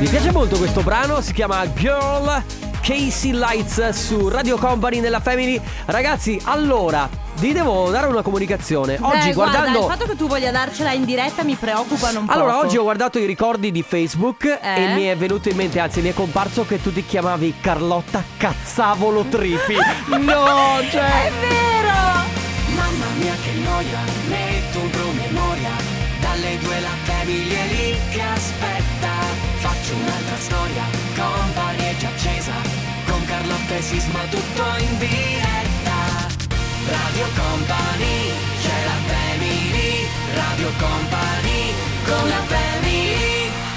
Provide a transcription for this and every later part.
Mi piace molto questo brano, si chiama Girl, Casey Lights su Radio Company nella Family. Ragazzi, allora, vi devo dare una comunicazione. Oggi guardando... il fatto che tu voglia darcela in diretta mi preoccupa non poco. Allora, oggi ho guardato i ricordi di Facebook e mi è venuto in mente, anzi mi è comparso che tu ti chiamavi Carlotta Cazzavolo Tripi. No, cioè... È vero! Mamma mia che noia, metto un promemoria. Dalle 2 la Family è lì che aspetta. Faccio un'altra storia, Company è già accesa. Con Carlotta e Sisma tutto in diretta. Radio Company, c'è la Family. Radio Company, con la Family.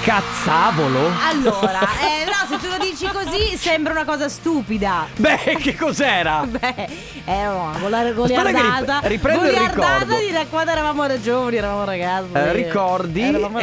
Cazzavolo? Allora, no, se tu lo dici così sembra una cosa stupida. Beh, che cos'era? Beh, era una goliardata. Riprendo il ricordo di quando eravamo giovani, eravamo ragazzi. ricordi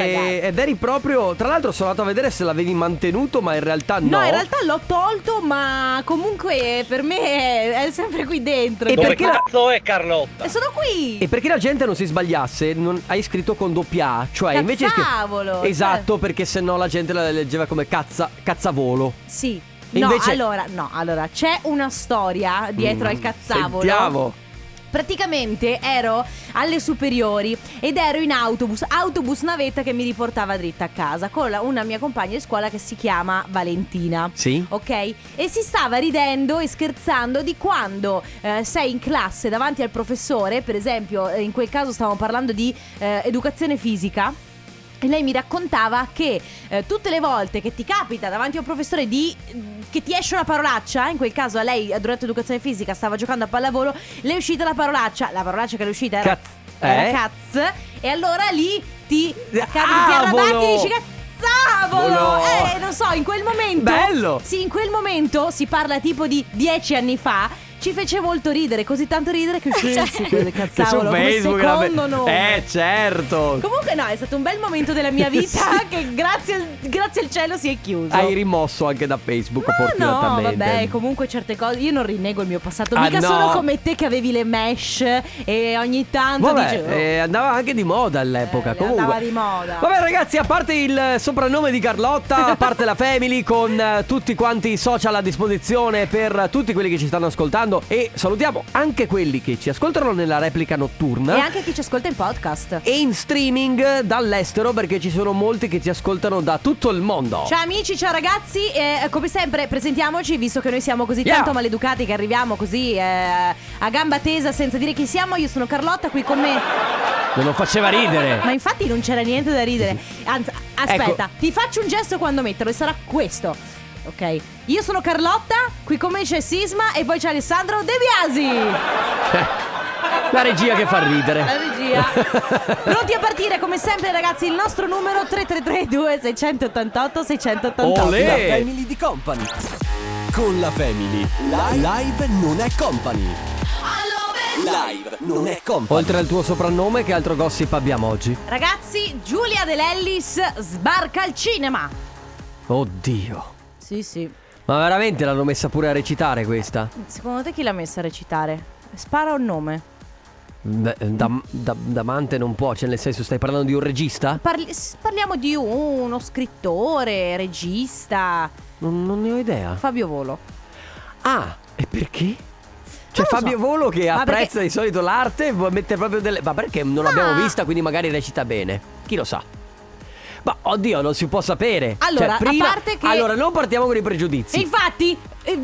ed eri proprio... Tra l'altro sono andato a vedere se l'avevi mantenuto, ma in realtà no. No, in realtà l'ho tolto, ma comunque per me è sempre qui dentro. E Dove perché cazzo è Carlotta? E sono qui. E perché la gente non si sbagliasse, hai scritto con doppia A, cioè invece Cazzavolo. esatto, perché sennò la gente la leggeva come cazzavolo. Sì. E No, invece... allora c'è una storia dietro al cazzavolo. Sentiamo. Praticamente ero alle superiori ed ero in autobus navetta che mi riportava dritta a casa con una mia compagna di scuola che si chiama Valentina. Sì. Ok? E si stava ridendo e scherzando di quando sei in classe davanti al professore, per esempio in quel caso stavamo parlando di educazione fisica. E lei mi raccontava che tutte le volte che ti capita davanti a un professore che ti esce una parolaccia, in quel caso a lei durante educazione fisica stava giocando a pallavolo, le è uscita la parolaccia che le è uscita era cazz, e allora lì ti arradati e dici cazzavolo. Non so, in quel momento... Bello! Sì, in quel momento si parla tipo di 10 anni fa. Ci fece molto ridere, così tanto ridere che cazzavolo come secondo nome. Certo. Comunque no, è stato un bel momento della mia vita che grazie al cielo si è chiuso. Hai rimosso anche da Facebook, fortunatamente. No, vabbè, comunque certe cose io non rinnego il mio passato. Ah, mica no. sono come te che avevi le mesh e ogni tanto dicevo andava anche di moda all'epoca, comunque. andava di moda. Vabbè ragazzi, a parte il soprannome di Carlotta, a parte la Family, con tutti quanti i social a disposizione per tutti quelli che ci stanno ascoltando. E salutiamo anche quelli che ci ascoltano nella replica notturna e anche chi ci ascolta in podcast e in streaming dall'estero, perché ci sono molti che ci ascoltano da tutto il mondo. Ciao amici, ciao ragazzi, come sempre presentiamoci, visto che noi siamo così tanto maleducati che arriviamo così a gamba tesa senza dire chi siamo. Io sono Carlotta, qui con me Non lo faceva ridere. Ma infatti non c'era niente da ridere. Anzi, aspetta, Ecco. ti faccio un gesto quando metterlo e sarà questo. Ok, io sono Carlotta, qui con me c'è Sisma e poi c'è Alessandro De Biasi. La regia che fa ridere. La regia. Pronti a partire come sempre ragazzi, il nostro numero 333 2688 688. Olè. La Family di Company. Con la Family live non è Company. Live non è Company. Oltre al tuo soprannome, che altro gossip abbiamo oggi? Ragazzi, Giulia De Lellis sbarca al cinema. Oddio. Sì. Ma veramente l'hanno messa pure a recitare questa? Secondo te chi l'ha messa a recitare? Spara un nome. Beh, Damante non può, cioè nel senso, stai parlando di un regista? Parliamo di uno scrittore, regista. Non ne ho idea. Fabio Volo. Ah, e perché? Cioè Non lo Fabio so. Volo che Ma apprezza perché- di solito l'arte, vuole mettere proprio delle... Ma perché non l'abbiamo vista, quindi magari recita bene? Chi lo sa? Ma oddio, non si può sapere. Allora, cioè, prima... a parte che... Allora, non partiamo con i pregiudizi. E infatti,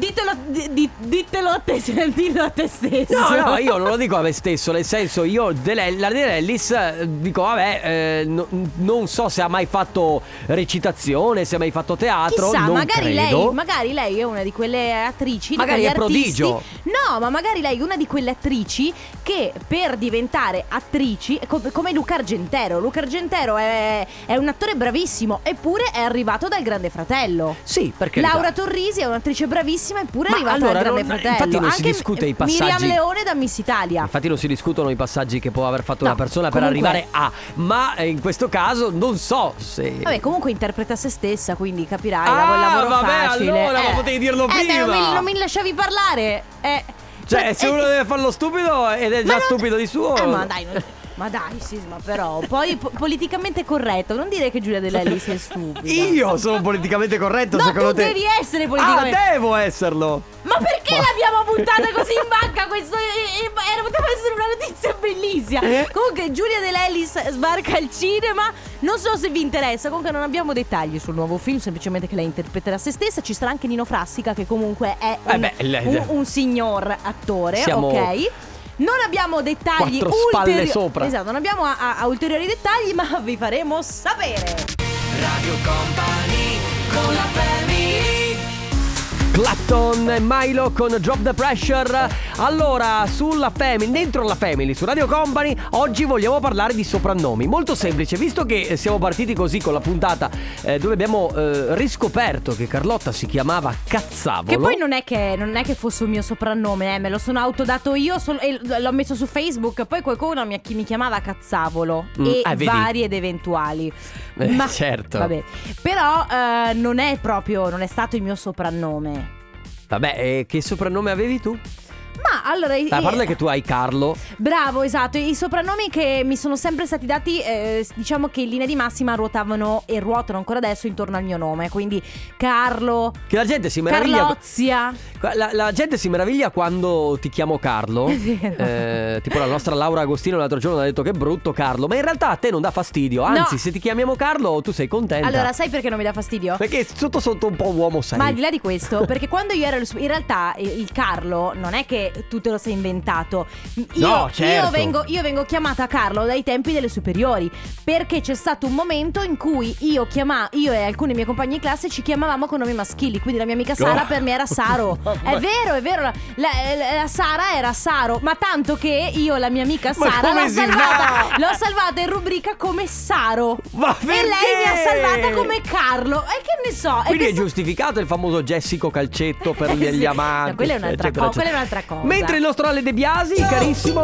ditelo a te, dillo a te stesso. No, io non lo dico a me stesso. Nel senso, io la De Lellis dico, vabbè, non so se ha mai fatto recitazione, se ha mai fatto teatro. Chissà, non magari credo. lei è una di quelle attrici, Magari di è quegli artisti. prodigio. No, ma magari lei è una di quelle attrici che per diventare attrici, come Luca Argentero. Luca Argentero è un attore bravissimo, eppure è arrivato dal Grande Fratello. Sì, perché Laura Torrisi è un'attrice bravissima, eppure è Ma arrivata allora, dal Grande non- Fratello. infatti non si Anche discute i passaggi. Miriam Leone da Miss Italia. Infatti non si discutono i passaggi che può aver fatto No, una persona per comunque- arrivare a. Ma in questo caso non so se... Vabbè, comunque interpreta se stessa, quindi capirai, lavoro vabbè, facile. allora, ma potevi dirlo prima. Non mi lasciavi parlare. Cioè, se uno deve fare lo stupido ed è già stupido di suo. Ma dai, Ma dai Sisma, però poi politicamente corretto. Non dire che Giulia De Lellis è stupida. Io sono politicamente corretto, no, secondo tu te? devi essere politicamente. Devo esserlo. Ma perché l'abbiamo buttata così in banca? Questo poteva essere una notizia bellissima. Comunque Giulia De Lellis sbarca al cinema. Non so se vi interessa. Comunque non abbiamo dettagli sul nuovo film, semplicemente che lei interpreterà se stessa. Ci sarà anche Nino Frassica, che comunque è un signor attore. Ok. Non abbiamo dettagli 4 spalle sopra. Esatto, non abbiamo ulteriori dettagli, ma vi faremo sapere. Radio Company con la family. Clapton e Milo con Drop the Pressure. Allora, sulla Family, dentro la Family, su Radio Company, oggi vogliamo parlare di soprannomi. Molto semplice, visto che siamo partiti così con la puntata dove abbiamo riscoperto che Carlotta si chiamava Cazzavolo. Che poi non è che fosse un mio soprannome, me lo sono autodato io e l'ho messo su Facebook. Poi qualcuno mi chiamava Cazzavolo e vari ed eventuali. Ma certo. Vabbè. Però non è stato il mio soprannome. Vabbè, che soprannome avevi tu? Ma allora a parte che tu hai Carlo. Bravo, esatto. I soprannomi che mi sono sempre stati dati, diciamo che in linea di massima ruotavano e ruotano ancora adesso intorno al mio nome. Quindi Carlo, che la gente si meraviglia. Carlozia. La gente si meraviglia quando ti chiamo Carlo. È vero. Tipo la nostra Laura Agostino l'altro giorno ha detto che brutto Carlo. Ma in realtà a te non dà fastidio. Anzi, se ti chiamiamo Carlo tu sei contenta. Allora, sai perché non mi dà fastidio? Perché sotto sotto un po' uomo sei. Ma al di là di questo, perché quando io ero in realtà il Carlo non è che tu te lo sei inventato. Certo. Io vengo chiamata Carlo dai tempi delle superiori, perché c'è stato un momento in cui io e alcuni miei compagni di classe ci chiamavamo con nomi maschili. Quindi la mia amica Sara per me era Saro. È vero. La Sara era Saro. Ma tanto che io la mia amica Sara l'ho salvata in rubrica come Saro. Ma e lei mi ha salvata come Carlo. E che ne so. Quindi è giustificato il famoso Jessico Calcetto per gli sì. amanti. No, quella è un'altra cosa. Quella è un'altra cosa. Mentre il nostro Ale De Biasi, carissimo.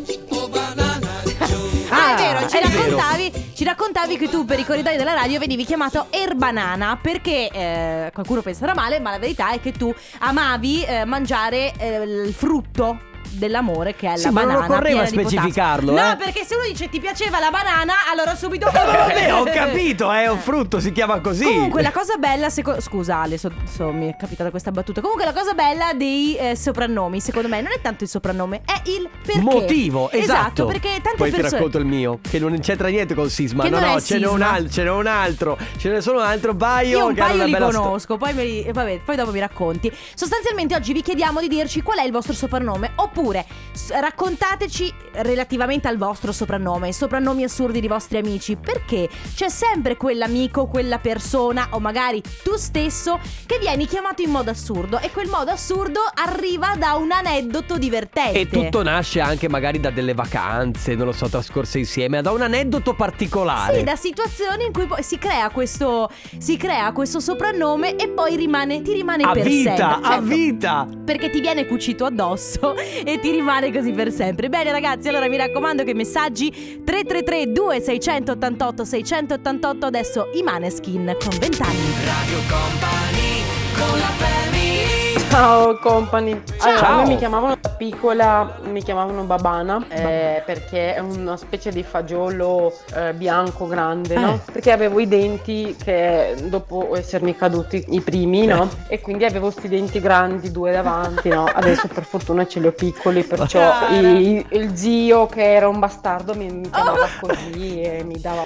È vero, ci raccontavi che tu per i corridoi della radio venivi chiamato Erbanana perché qualcuno penserà male, ma la verità è che tu amavi mangiare il frutto dell'amore, che è la banana. Ma non occorreva specificarlo. No, perché se uno dice ti piaceva la banana, allora subito vabbè, ho capito, è un frutto, si chiama così. Comunque la cosa bella, scusa Ale, mi è capitata questa battuta. Comunque la cosa bella dei soprannomi, secondo me, non è tanto il soprannome, è il perché. Motivo, esatto. Perché tante poi persone. Ti racconto il mio, che non c'entra niente con Sisma. Che no, ce n'è un altro. Ce n'è solo un altro paio. Io un paio li bella conosco, poi dopo mi racconti. Sostanzialmente oggi vi chiediamo di dirci qual è il vostro soprannome, oppure raccontateci relativamente al vostro soprannome, i soprannomi assurdi di vostri amici, perché c'è sempre quell'amico, quella persona o magari tu stesso che vieni chiamato in modo assurdo e quel modo assurdo arriva da un aneddoto divertente. E tutto nasce anche magari da delle vacanze, non lo so, trascorse insieme, da un aneddoto particolare. Sì, da situazioni in cui poi si crea questo soprannome e poi ti rimane per sempre. A vita! Perché ti viene cucito addosso e ti rimane così per sempre. Bene ragazzi, allora mi raccomando che messaggi 333 2688 688. Adesso i Maneskin con 20 anni. Radio Company con la family. Ciao Company. Allora, Ciao. a me mi chiamavano da piccola, mi chiamavano Babana perché è una specie di fagiolo bianco grande, no? Perché avevo i denti che dopo essermi caduti i primi, no? E quindi avevo sti denti grandi, 2 davanti, no? Adesso per fortuna ce li ho piccoli, perciò il zio che era un bastardo mi chiamava così e mi dava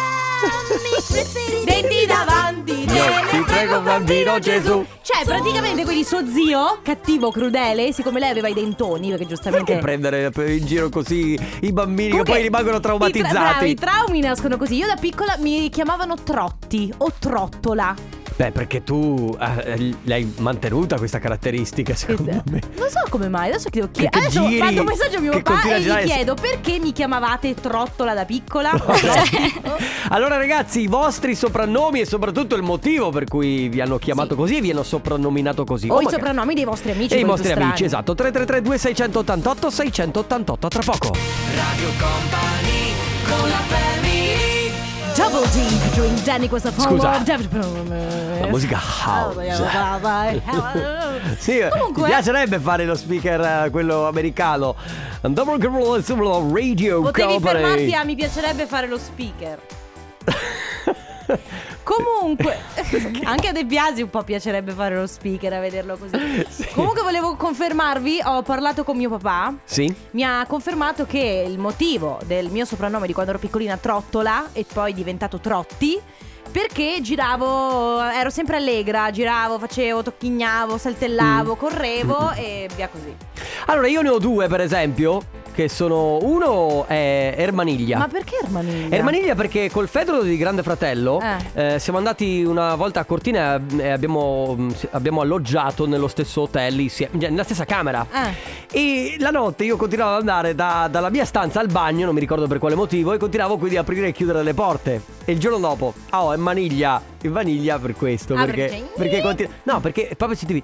Denti davanti. Ti prego bambino Gesù. Cioè praticamente quindi suo zio, cattivo, crudele, siccome lei aveva i dentoni, perché giustamente Perché prendere in giro così i bambini Comunque, che poi rimangono traumatizzati? I traumi nascono così. Io da piccola mi chiamavano Trotti o Trottola. Beh, perché tu l'hai mantenuta questa caratteristica, secondo me. Non so come mai, adesso chiedo chi. Che Adesso giri, mando un messaggio a mio che papà continua e a gli girare. chiedo perché mi chiamavate Trottola da piccola. Allora ragazzi, i vostri soprannomi e soprattutto il motivo per cui vi hanno chiamato così, vi hanno soprannominato così. O i magari soprannomi dei vostri amici. e i quelli vostri più amici, strani. esatto. 333 2688 688 tra poco. Radio Company con la family. Double D featuring Danny, questa Scusa. La musica house. Sì, Comunque, mi piacerebbe fare lo speaker quello americano. Double Radio potevi Company. fermarti a mi piacerebbe fare lo speaker. Comunque, anche a De Biasi un po' piacerebbe fare lo speaker, a vederlo così. Sì. Comunque volevo confermarvi, ho parlato con mio papà. Sì. Mi ha confermato che il motivo del mio soprannome di quando ero piccolina, Trottola, e poi diventato Trotti, perché giravo, ero sempre allegra, giravo, facevo, tocchignavo, saltellavo, correvo e via così. Allora io ne ho due per esempio, che sono, uno è Ermaniglia. Ma perché Ermaniglia? Ermaniglia perché col Fedro di Grande Fratello siamo andati una volta a Cortina e abbiamo alloggiato nello stesso hotel insieme, nella stessa camera. E la notte io continuavo ad andare dalla mia stanza al bagno, non mi ricordo per quale motivo, e continuavo quindi a aprire e chiudere le porte. E il giorno dopo, Ermaniglia, Vaniglia per questo, perché continua. No, perché proprio sentivi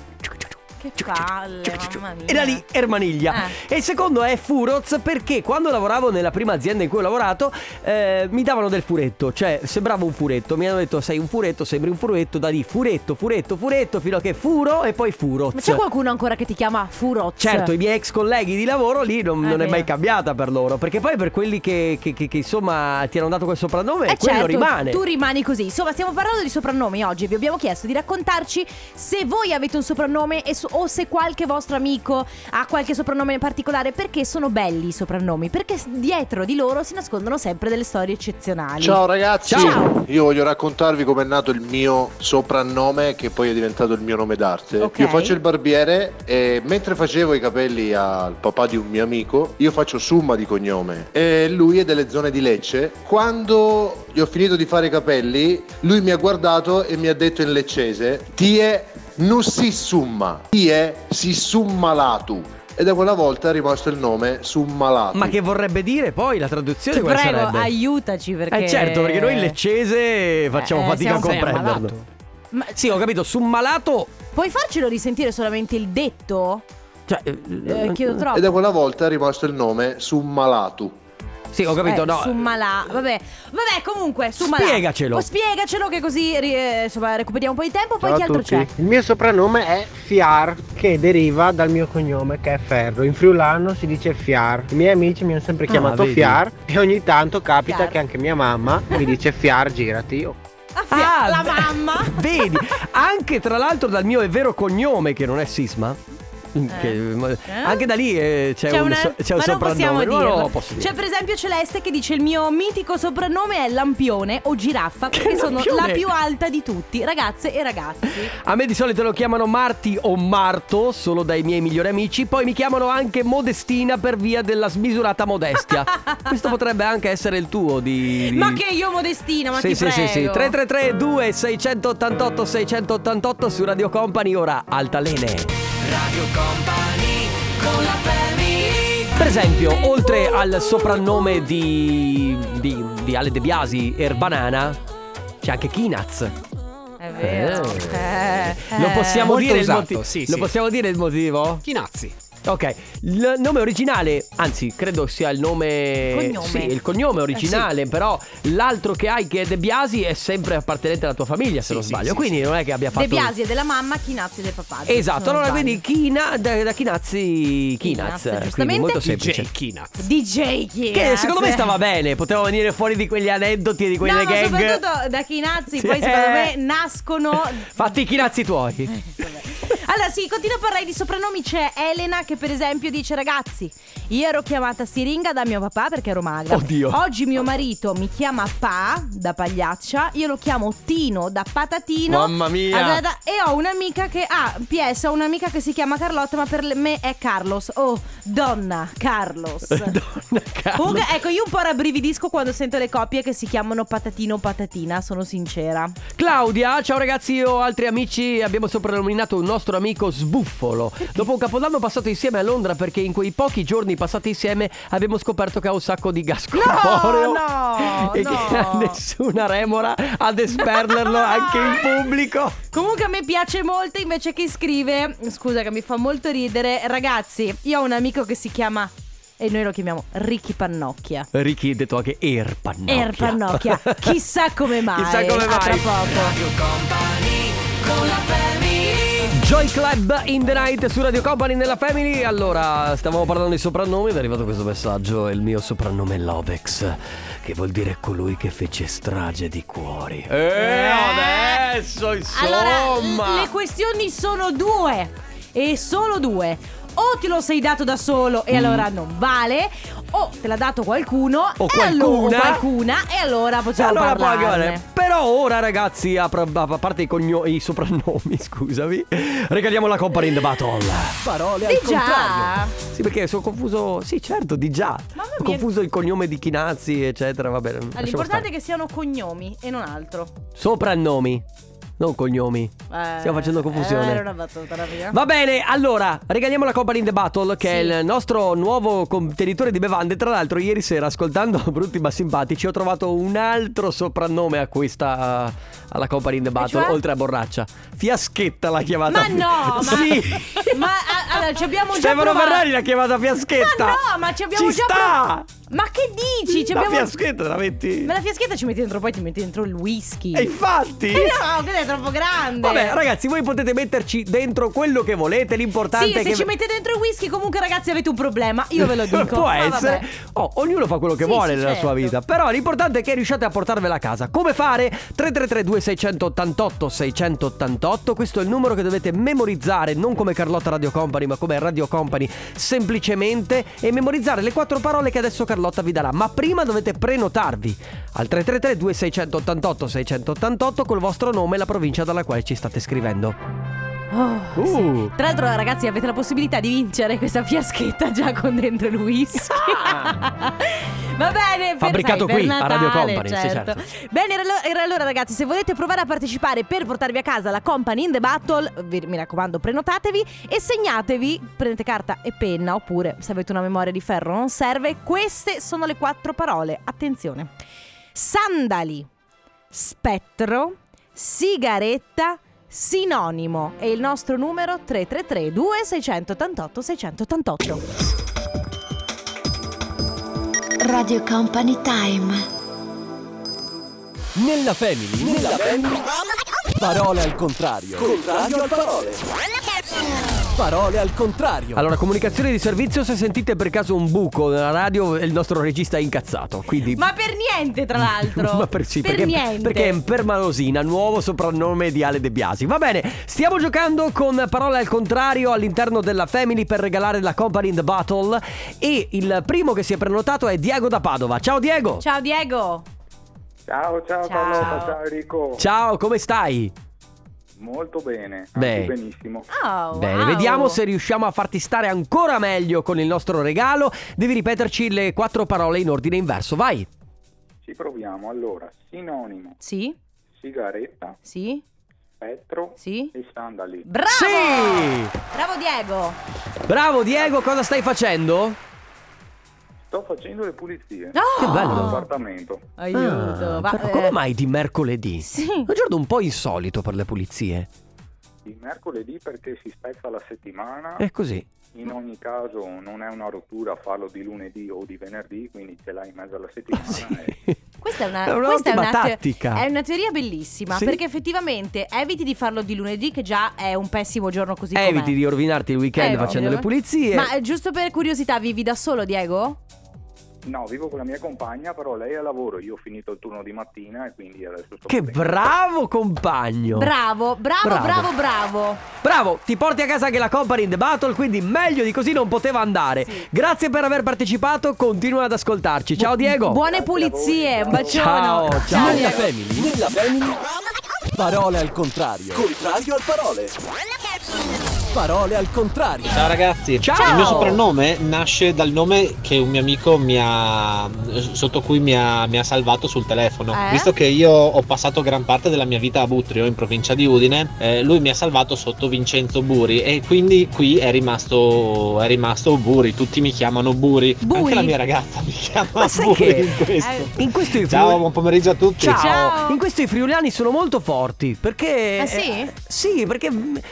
Che palle, mamma mia. e da lì Ermaniglia. E il secondo è Furoz, perché quando lavoravo nella prima azienda in cui ho lavorato mi davano del furetto, cioè sembrava un furetto. Mi hanno detto sei un furetto, sembri un furetto. Da lì furetto fino a che Furo e poi Furoz. Ma c'è qualcuno ancora che ti chiama Furoz? Certo, i miei ex colleghi di lavoro lì non è mai cambiata per loro, perché poi per quelli che insomma ti hanno dato quel soprannome, quello certo, rimane. Tu rimani così. Insomma, stiamo parlando di soprannomi oggi. Vi abbiamo chiesto di raccontarci se voi avete un soprannome o se qualche vostro amico ha qualche soprannome particolare, perché sono belli i soprannomi, perché dietro di loro si nascondono sempre delle storie eccezionali. Ciao ragazzi, Ciao. Io voglio raccontarvi com'è nato il mio soprannome, che poi è diventato il mio nome d'arte. Ok. Io faccio il barbiere e mentre facevo i capelli al papà di un mio amico, io faccio Summa di cognome e lui è delle zone di Lecce. Quando gli ho finito di fare i capelli, lui mi ha guardato e mi ha detto in leccese: tie non si summa, tie si summalato. E da quella volta è rimasto il nome Summalato. Ma che vorrebbe dire poi la traduzione? Ti quale prego, sarebbe? aiutaci, perché Certo, perché noi in leccese facciamo fatica a siamo comprenderlo. Ma Sì, ho capito, summalato. puoi farcelo risentire solamente il detto? Cioè, Chiedo E troppo. da quella volta è rimasto il nome Summalato. sì, ho capito, no. Vabbè, comunque, Summala. Spiegacelo. Spiegacelo, che così insomma, recuperiamo un po' di tempo. Poi Ciao chi a altro tutti. c'è? Il mio soprannome è Fiar, che deriva dal mio cognome, che è Ferro. In friulano si dice Fiar. I miei amici mi hanno sempre chiamato vedi. Fiar e ogni tanto capita Fiar. che anche mia mamma mi dice Fiar, girati. Io La beh, mamma. Vedi, anche tra l'altro dal mio vero cognome, che non è Sisma. Anche da lì c'è un ma non soprannome. possiamo No, dirlo. lo posso dire. C'è per esempio Celeste che dice: il mio mitico soprannome è Lampione o Giraffa, perché sono Lampione. la più alta di tutti, ragazze e ragazzi. A me di solito lo chiamano Marti o Marto, solo dai miei migliori amici. Poi mi chiamano anche Modestina per via della smisurata modestia. Questo potrebbe anche essere il tuo di... Ma che io Modestina, ma sì, ti sì, prego. sì, sì. 333 2688 688 su Radio Company. Ora Altalene. Radio Company con la family. Per esempio, oltre al soprannome di Ale De Biasi, Erbanana, c'è anche Kinaz. È vero. Lo possiamo Molto dire usato, il motivo? sì, Lo sì. possiamo dire il motivo? Chinazzi. Ok, il nome originale, anzi credo sia il nome... Cognome. Sì, il cognome originale, però l'altro che hai, che è De Biasi, è sempre appartenente alla tua famiglia, se Sì, non sì, sbaglio. sì, Quindi non è che abbia fatto... De Biasi è della mamma, Chinazzi è del papà. Esatto, se non allora sbaglio. quindi da Chinazzi, Kinaz, quindi giustamente. molto DJ semplice. Kinaz. DJ Kinaz. Che secondo me stava bene, poteva venire fuori di quegli aneddoti e di quelle No, ma gag. soprattutto da Chinazzi Sì. poi secondo me nascono. Fatti i chinazzi tuoi. Allora sì, continua a parlare di soprannomi. C'è Elena che per esempio dice: ragazzi, io ero chiamata Siringa da mio papà perché ero magra. Oddio. Oggi mio marito mi chiama Pa da pagliaccia. Io lo chiamo Tino da patatino. Mamma mia. E ho un'amica che PS, ho un'amica che si chiama Carlotta, ma per me è Carlos. Oh, donna Carlos. Donna Carlo. Comunque ecco, io un po' rabbrividisco quando sento le coppie che si chiamano patatino o patatina, sono sincera. Claudia, ciao ragazzi, io ho altri amici, abbiamo soprannominato un nostro amico Sbuffolo. Dopo un capodanno passato insieme a Londra, perché in quei pochi giorni passati insieme abbiamo scoperto che ha un sacco di gas corporeo no, e che ha nessuna remora ad esperlerlo anche in pubblico. Comunque a me piace molto invece chi scrive, scusa che mi fa molto ridere: ragazzi, io ho un amico che si chiama e noi lo chiamiamo Ricky Pannocchia. Ricky detto anche Air Pannocchia. Chissà come mai. Chissà come mai. A tra poco. Radio Company con la family. Joy Club in the Night su Radio Company nella Family. Allora, stavamo parlando di soprannomi ed è arrivato questo messaggio. Il mio soprannome è Lovex, che vuol dire colui che fece strage di cuori. Adesso insomma. Allora, le questioni sono due, e solo due. O te lo sei dato da solo e allora non vale, o te l'ha dato qualcuno O e allora, qualcuna. o qualcuna, e allora possiamo parlarne. Però ora ragazzi, a parte i soprannomi, scusami, regaliamo la Company in the Battle. Parole Di al contrario. già. Sì, perché sono confuso. Sì, certo, di già. Mamma Ho mia. confuso il cognome di Chinazzi, eccetera. Va bene. lasciamo L'importante stare. è che siano cognomi e non altro. Soprannomi, non cognomi. Stiamo facendo confusione. Era una battuta la mia. Va bene, allora, regaliamo la Company in the Battle, che Sì. è il nostro nuovo contenitore di bevande. Tra l'altro, ieri sera, ascoltando Brutti ma Simpatici, ho trovato un altro soprannome a questa, alla Company in the Battle, cioè? oltre a Borraccia. Fiaschetta l'ha chiamata. Ma no, Sì. ma allora ci abbiamo già Stefano provato. Ferrari l'ha chiamata Fiaschetta. Ma no, ma ci abbiamo Ci già sta. Ma che dici? Ci La abbiamo... Fiaschetta te la metti. Ma la fiaschetta ci metti dentro, poi ti metti dentro il whisky. E infatti. No, quella è troppo grande. Vabbè, ragazzi, voi potete metterci dentro quello che volete. L'importante Sì, è se che ci mettete dentro il whisky, comunque ragazzi avete un problema. Io ve lo dico. Può Ma essere. vabbè. Ognuno fa quello che Sì, vuole sì, nella certo. sua vita. Però l'importante è che riusciate a portarvela a casa. Come fare? 333 2688 688. Questo è il numero che dovete memorizzare, non come Carlotta Radio Company, ma come Radio Company semplicemente, e memorizzare le 4 parole che adesso Carlotta vi darà. Ma prima dovete prenotarvi al 333 2688 688 col vostro nome e la provincia dalla quale ci state scrivendo. Oh, sì. Tra l'altro ragazzi avete la possibilità di vincere questa fiaschetta già con dentro il whisky. Va bene, Fabbricato per qui, a Natale, Radio Company, sì, certo. certo. Bene, e allora ragazzi, se volete provare a partecipare per portarvi a casa la Company in the Battle, mi raccomando, prenotatevi e segnatevi, prendete carta e penna, oppure se avete una memoria di ferro non serve. Queste sono le 4 parole, attenzione: sandali, spettro, sigaretta, sinonimo. E il nostro numero 333 2688 688. Radio Company Time. Nella Family. Parole al contrario. Contrario al parole. Parole al contrario. Allora, comunicazione di servizio: se sentite per caso un buco nella radio, il nostro regista è incazzato. Quindi Ma per niente, tra l'altro. Ma sì, per perché, niente. perché è Permalosina, nuovo soprannome di Ale De Biasi. Va bene, stiamo giocando con parole al contrario all'interno della Family per regalare la Company in the Battle. E il primo che si è prenotato è Diego da Padova. Ciao Diego. Ciao Diego. Ciao Carlotta, ciao Enrico. Ciao, come stai? Molto bene, Beh. anche benissimo. Oh, Bene, wow. vediamo se riusciamo a farti stare ancora meglio con il nostro regalo. Devi ripeterci le 4 parole in ordine inverso, vai. Ci proviamo. Allora, sinonimo, Sì, sigaretta, sì, spettro sì. e sandali. Bravo! Sì! Bravo Diego. Bravo Diego, cosa stai facendo? Sto facendo le pulizie Oh! Che bello. dell'appartamento. Aiuto. Va- Però come mai di mercoledì? Sì. Un giorno un po' insolito per le pulizie. Il mercoledì perché si spezza la settimana. È così. In ogni caso non è una rottura farlo di lunedì o di venerdì, quindi ce l'hai in mezzo alla settimana. Questa è È un'ottima tattica. È una teoria bellissima, Sì. perché effettivamente eviti di farlo di lunedì, che già è un pessimo giorno così com'è. Eviti di rovinarti il weekend facendo le pulizie. Ma giusto per curiosità, vivi da solo, Diego? No, vivo con la mia compagna, però lei è a lavoro. Io ho finito il turno di mattina e quindi adesso sto... Che potendo- bravo compagno. Bravo. Bravo, ti porti a casa anche la Company in the Battle, quindi meglio di così non poteva andare. Sì. Grazie per aver partecipato, continua ad ascoltarci. Ciao Diego. Buone pulizie, un bacione. Ciao, ciao. Nella Diego. Family. Parole al contrario. Contrario al parole. Parole al contrario. Ciao ragazzi. Ciao. Il mio soprannome nasce dal nome che un mio amico sotto cui mi ha salvato sul telefono. Visto che io ho passato gran parte della mia vita a Butrio, in provincia di Udine, lui mi ha salvato sotto Vincenzo Buri, e quindi qui è rimasto Buri. Tutti mi chiamano Buri. Buri? Anche la mia ragazza mi chiama Ma sai Buri che in questo. in questo i Ciao, buon pomeriggio a tutti. Ciao. Ciao. In questo i friulani sono molto forti perché Ah, sì? sì, perché loro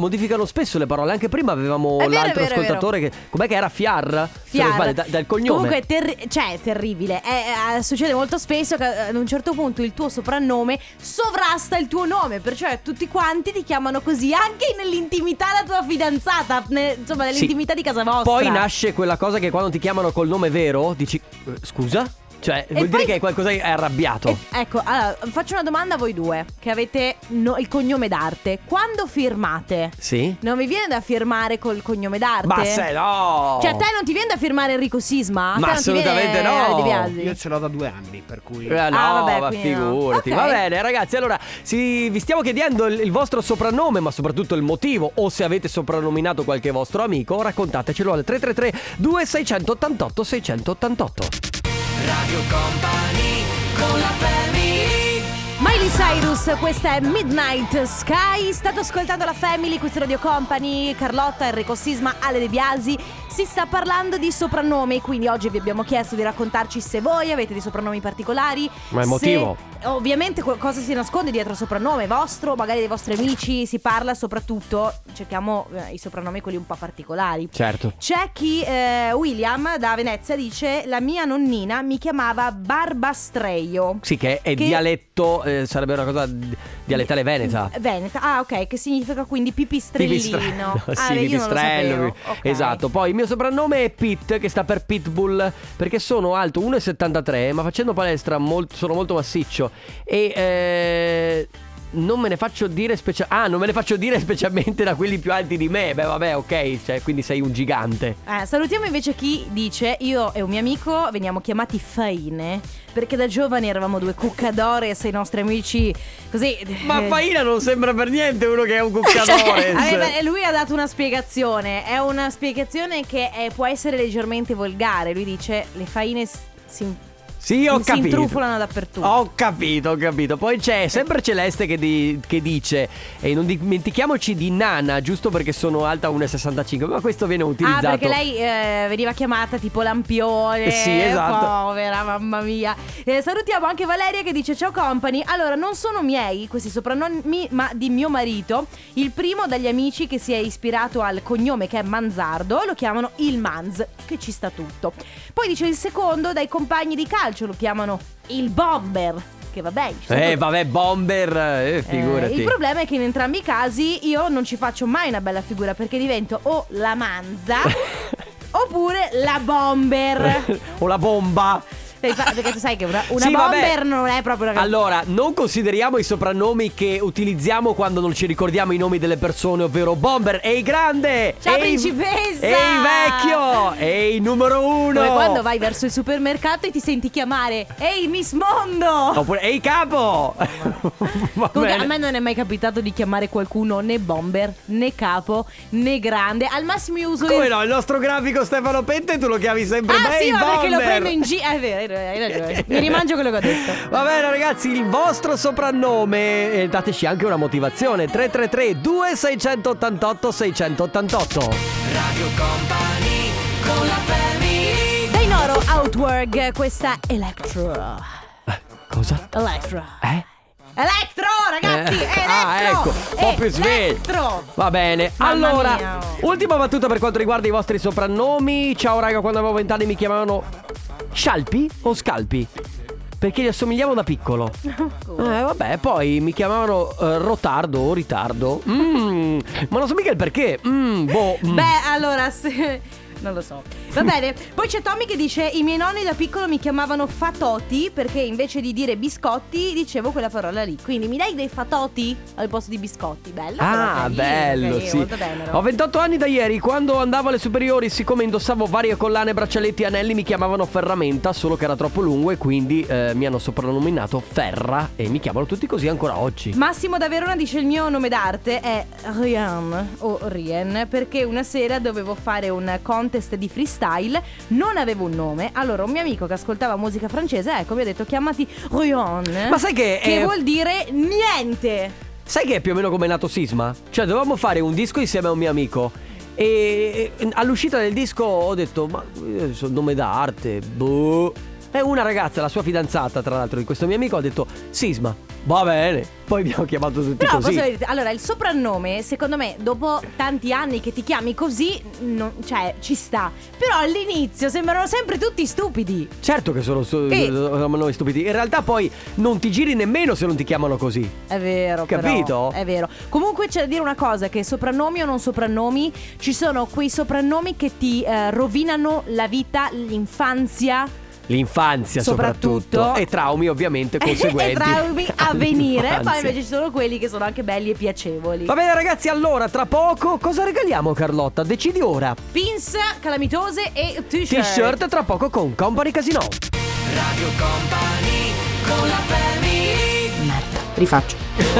modificano spesso le parole. Anche prima avevamo È vero, l'altro è vero, ascoltatore che com'è che era Fiar? Se non sbaglio, dal cognome. Comunque è terribile. Succede molto spesso che ad un certo punto il tuo soprannome sovrasta il tuo nome, perciò tutti quanti ti chiamano così, anche nell'intimità della tua fidanzata, insomma nell'intimità di casa vostra. Poi nasce quella cosa che quando ti chiamano col nome vero dici scusa? Cioè, vuol dire che qualcosa è arrabbiato. Ecco, allora, faccio una domanda a voi due che avete il cognome d'arte. Quando firmate? Sì. Non vi viene da firmare col cognome d'arte? Ma se no! Cioè, a te non ti viene da firmare Enrico Sisma? Ma assolutamente no! Io ce l'ho da 2 anni, per cui... No, vabbè, ma figurati. No. Va Okay. bene, ragazzi, allora vi stiamo chiedendo il vostro soprannome, ma soprattutto il motivo, o se avete soprannominato qualche vostro amico, raccontatecelo al 333 2688 688. Radio Company con la family. Miley Cyrus, questa è Midnight Sky. State ascoltando la Family, questo è Radio Company. Carlotta, Enrico Sisma, Ale De Biasi. Si sta parlando di soprannomi, quindi oggi vi abbiamo chiesto di raccontarci se voi avete dei soprannomi particolari. Ma il motivo? Ovviamente cosa si nasconde dietro il soprannome vostro, magari dei vostri amici. Si parla soprattutto, cerchiamo i soprannomi quelli un po' particolari. Certo. C'è chi, William da Venezia, dice: la mia nonnina mi chiamava Barbastreio. Sì, che è dialetto, sarebbe una cosa dialettale veneta. Veneta, ok, che significa quindi pipistrellino. Sì, Io non lo sapevo. Okay. Esatto. Poi il mio soprannome è Pit, che sta per Pitbull, perché sono alto 1,73, ma facendo palestra sono molto massiccio. E non me ne faccio dire specialmente da quelli più alti di me. Beh, vabbè, ok, cioè, quindi sei un gigante. Salutiamo invece chi dice: io e un mio amico veniamo chiamati Faine, perché da giovani eravamo 2 cuccadores e i nostri amici così. Ma Faina non sembra per niente uno che è un cuccadores. Lui ha dato una spiegazione. È una spiegazione che può essere leggermente volgare. Lui dice: le faine sì, ho capito. Si intrufolano dappertutto. Ho capito. Poi c'è sempre Celeste che dice: e non dimentichiamoci di Nana, giusto perché sono alta 1,65. Ma questo viene utilizzato. Perché lei veniva chiamata tipo lampione. Sì, esatto. Povera, mamma mia. Salutiamo anche Valeria che dice: ciao company. Allora, non sono miei questi soprannomi, ma di mio marito. Il primo dagli amici che si è ispirato al cognome, che è Manzardo. Lo chiamano il Manz, che ci sta tutto. Poi dice il secondo dai compagni di calcio, lo chiamano il Bomber, che vabbè Bomber, figurati. il problema è che in entrambi i casi io non ci faccio mai una bella figura, perché divento o la Manza oppure la Bomber o la bomba. Perché tu sai che una sì, bomber non è proprio una... Allora, non consideriamo i soprannomi che utilizziamo quando non ci ricordiamo i nomi delle persone, ovvero Bomber, ehi grande, ciao principessa, ehi vecchio, ehi numero 1. Come quando vai verso il supermercato e ti senti chiamare ehi Miss Mondo, oppure ehi capo. Comunque a me non è mai capitato di chiamare qualcuno né Bomber, né capo, né grande. Al massimo io uso no, il nostro grafico Stefano Pente tu lo chiami sempre sì, ma Bomber. perché lo prendo in giro. È vero, hai ragione. Mi rimangio quello che ho detto. Va bene ragazzi, il vostro soprannome, dateci anche una motivazione. 333 2688 688. Radio Company con la family. Dai Noro, Outwork, questa Electro. Cosa? Electro. Electro, ragazzi, Electro. Ecco, un po' più sveglio. Va bene. Mamma allora, mia. Ultima battuta per quanto riguarda i vostri soprannomi. Ciao raga, quando avevo 20 anni mi chiamavano Scialpi o Scalpi? Perché gli assomigliavo da piccolo. Vabbè, poi mi chiamavano Rotardo o Ritardo. Ma non so mica il perché. Beh, allora non lo so. Va bene. Poi c'è Tommy che dice: i miei nonni da piccolo mi chiamavano fatoti, perché invece di dire biscotti dicevo quella parola lì. Quindi mi dai dei fatoti al posto di biscotti. Bello. Bello, sì. Ho 28 anni da ieri. Quando andavo alle superiori, siccome indossavo varie collane, braccialetti e anelli, mi chiamavano Ferramenta, solo che era troppo lungo e quindi mi hanno soprannominato Ferra e mi chiamano tutti così ancora oggi. Massimo da Verona dice: il mio nome d'arte è Rian o Rien, perché una sera dovevo fare un contest di freestyle, non avevo un nome. Allora un mio amico che ascoltava musica francese, mi ha detto: chiamati Rian. Ma sai che vuol dire niente. Sai che è più o meno come è nato Sisma? Cioè dovevamo fare un disco insieme a un mio amico e all'uscita del disco ho detto: ma sono nome d'arte, boh. E una ragazza, la sua fidanzata tra l'altro di questo mio amico, ha detto Sisma. Va bene. Poi abbiamo chiamato tutti Però così. posso dire, allora il soprannome secondo me dopo tanti anni che ti chiami così cioè ci sta. Però all'inizio sembrano sempre tutti stupidi. Certo che sono noi stupidi. In realtà poi non ti giri nemmeno se non ti chiamano così. È vero, capito? Però, è vero. Comunque c'è da dire una cosa, che soprannomi o non soprannomi, ci sono quei soprannomi che ti rovinano la vita, l'infanzia. L'infanzia soprattutto. E traumi ovviamente conseguenti. E traumi a venire. Infanzia. Poi invece ci sono quelli che sono anche belli e piacevoli. Va bene ragazzi, allora tra poco cosa regaliamo, Carlotta? Decidi ora. Pins calamitose e t-shirt. T-shirt tra poco con Company Casino. Radio Company con la family. Merda, rifaccio.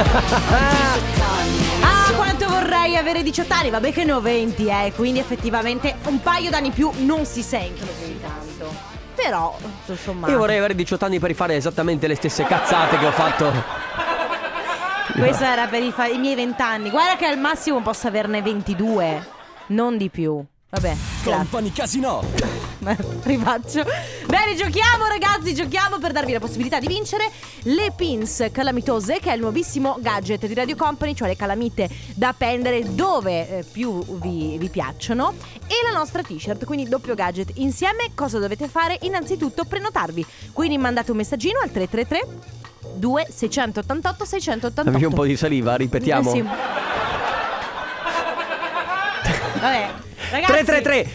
Ah, quanto vorrei avere 18 anni. Vabbè che ne ho 20, quindi effettivamente un paio d'anni più non si sentono più di tanto. Però, insomma, io vorrei avere 18 anni per rifare esattamente le stesse cazzate che ho fatto. Questo era per i miei 20 anni. Guarda che al massimo posso averne 22, non di più. Vabbè, Company Casino. rifaccio. Bene, giochiamo ragazzi, giochiamo per darvi la possibilità di vincere le pins calamitose, che è il nuovissimo gadget di Radio Company, cioè le calamite da appendere dove più vi piacciono, e la nostra t-shirt, quindi doppio gadget insieme. Cosa dovete fare? Innanzitutto prenotarvi, quindi mandate un messaggino al 333 2688 688. Avevi un po' di saliva, ripetiamo. Sì. Vabbè, ragazzi, 333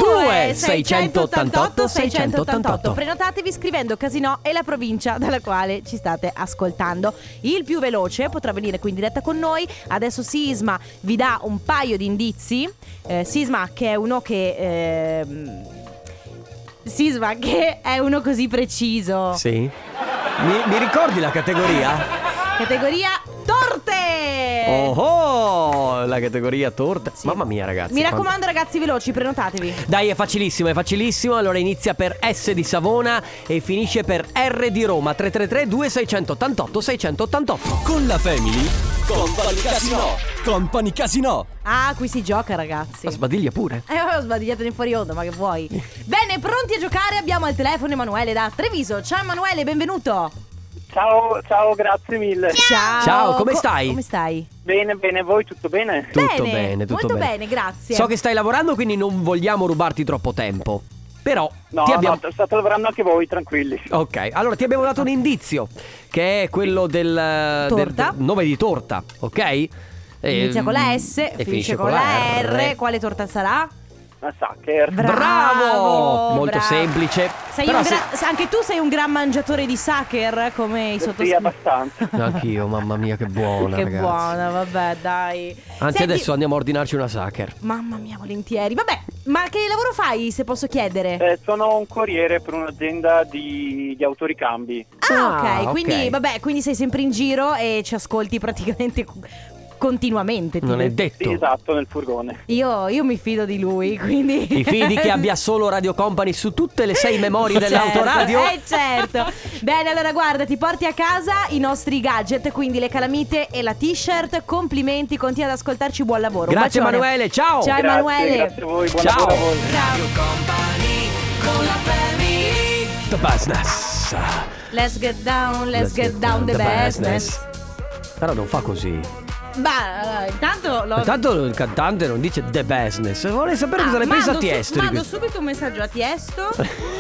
2688 688. Prenotatevi scrivendo Casino e la provincia dalla quale ci state ascoltando. Il più veloce potrà venire qui in diretta con noi. Adesso Sisma vi dà un paio di indizi. Sisma che è uno che Sisma che è uno così preciso. Sì. Mi ricordi la categoria? Categoria torte. Oh, la categoria torta. Sì. Mamma mia ragazzi. Mi raccomando ragazzi, veloci, prenotatevi. Dai, è facilissimo, è facilissimo. Allora inizia per S di Savona e finisce per R di Roma. 333 2688 688. Con la family. Company Casino. Company Casino. Ah, qui si gioca ragazzi. Ma sbadiglia pure. Ho sbadigliato in fuori onda, ma che vuoi? Bene, pronti a giocare? Abbiamo al telefono Emanuele da Treviso. Ciao Emanuele, benvenuto. Ciao, grazie mille. Ciao, come stai? Come stai? Bene, voi tutto bene? Tutto bene, tutto molto bene, grazie. So che stai lavorando, quindi non vogliamo rubarti troppo tempo. Però No, state lavorando anche voi, tranquilli. Ok, allora ti abbiamo dato un indizio, che è quello del nome di torta, ok? Inizia con la S e finisce con la R. Quale torta sarà? La Sacher. Bravo! Molto bravo. semplice. Però anche tu sei un gran mangiatore di Sacher, come i sottoscritti. Sì, abbastanza. Anch'io, mamma mia, che buona, che ragazzi. buona, vabbè, dai. Anzi, adesso andiamo a ordinarci una Sacher. Mamma mia, volentieri. Vabbè, ma che lavoro fai, se posso chiedere? Sono un corriere per un'azienda di autoricambi. Ok, quindi vabbè, quindi sei sempre in giro e ci ascolti praticamente continuamente. Non è detto. Sì, esatto, nel furgone. Io mi fido di lui, quindi Ti fidi che abbia solo Radio Company su tutte le 6 memorie dell'autoradio? Certo. Bene, allora guarda, ti porti a casa i nostri gadget, quindi le calamite e la t-shirt. Complimenti, continua ad ascoltarci, buon lavoro. Grazie Un bacione. Emanuele, ciao. Ciao Emanuele. Grazie a voi, buon Ciao. lavoro a voi. Radio Company con la family. The business. Let's get down the business. Però non fa così. Beh, intanto Intanto il cantante non dice the business. Vorrei sapere cosa ne pensa Tiesto. Mando subito un messaggio a Tiesto.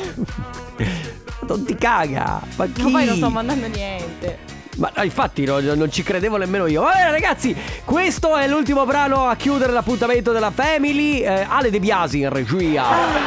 Non ti caga. Ma chi? Ma poi non sto mandando niente. Ma infatti non ci credevo nemmeno io. Va bene ragazzi, questo è l'ultimo brano a chiudere l'appuntamento della family. Ale De Biasi in regia.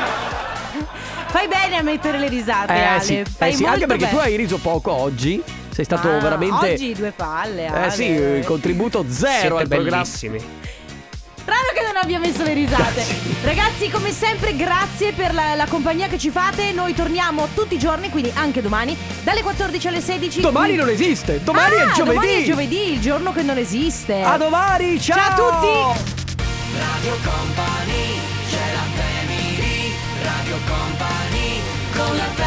Fai bene a mettere le risate, Ale. Sì, Fai molto anche perché bene. tu hai riso poco oggi. Sei stato veramente. Oggi due palle, Ale. Sì, il contributo zero al programma. bellissimi. Strano che non abbia messo le risate. Ragazzi, come sempre, grazie per la compagnia che ci fate. Noi torniamo tutti i giorni, quindi anche domani, dalle 14 alle 16. Domani non esiste. Domani è giovedì. Domani è giovedì, il giorno che non esiste. A domani, ciao. Ciao a tutti. Radio Company, c'è la family. Radio Company con la family.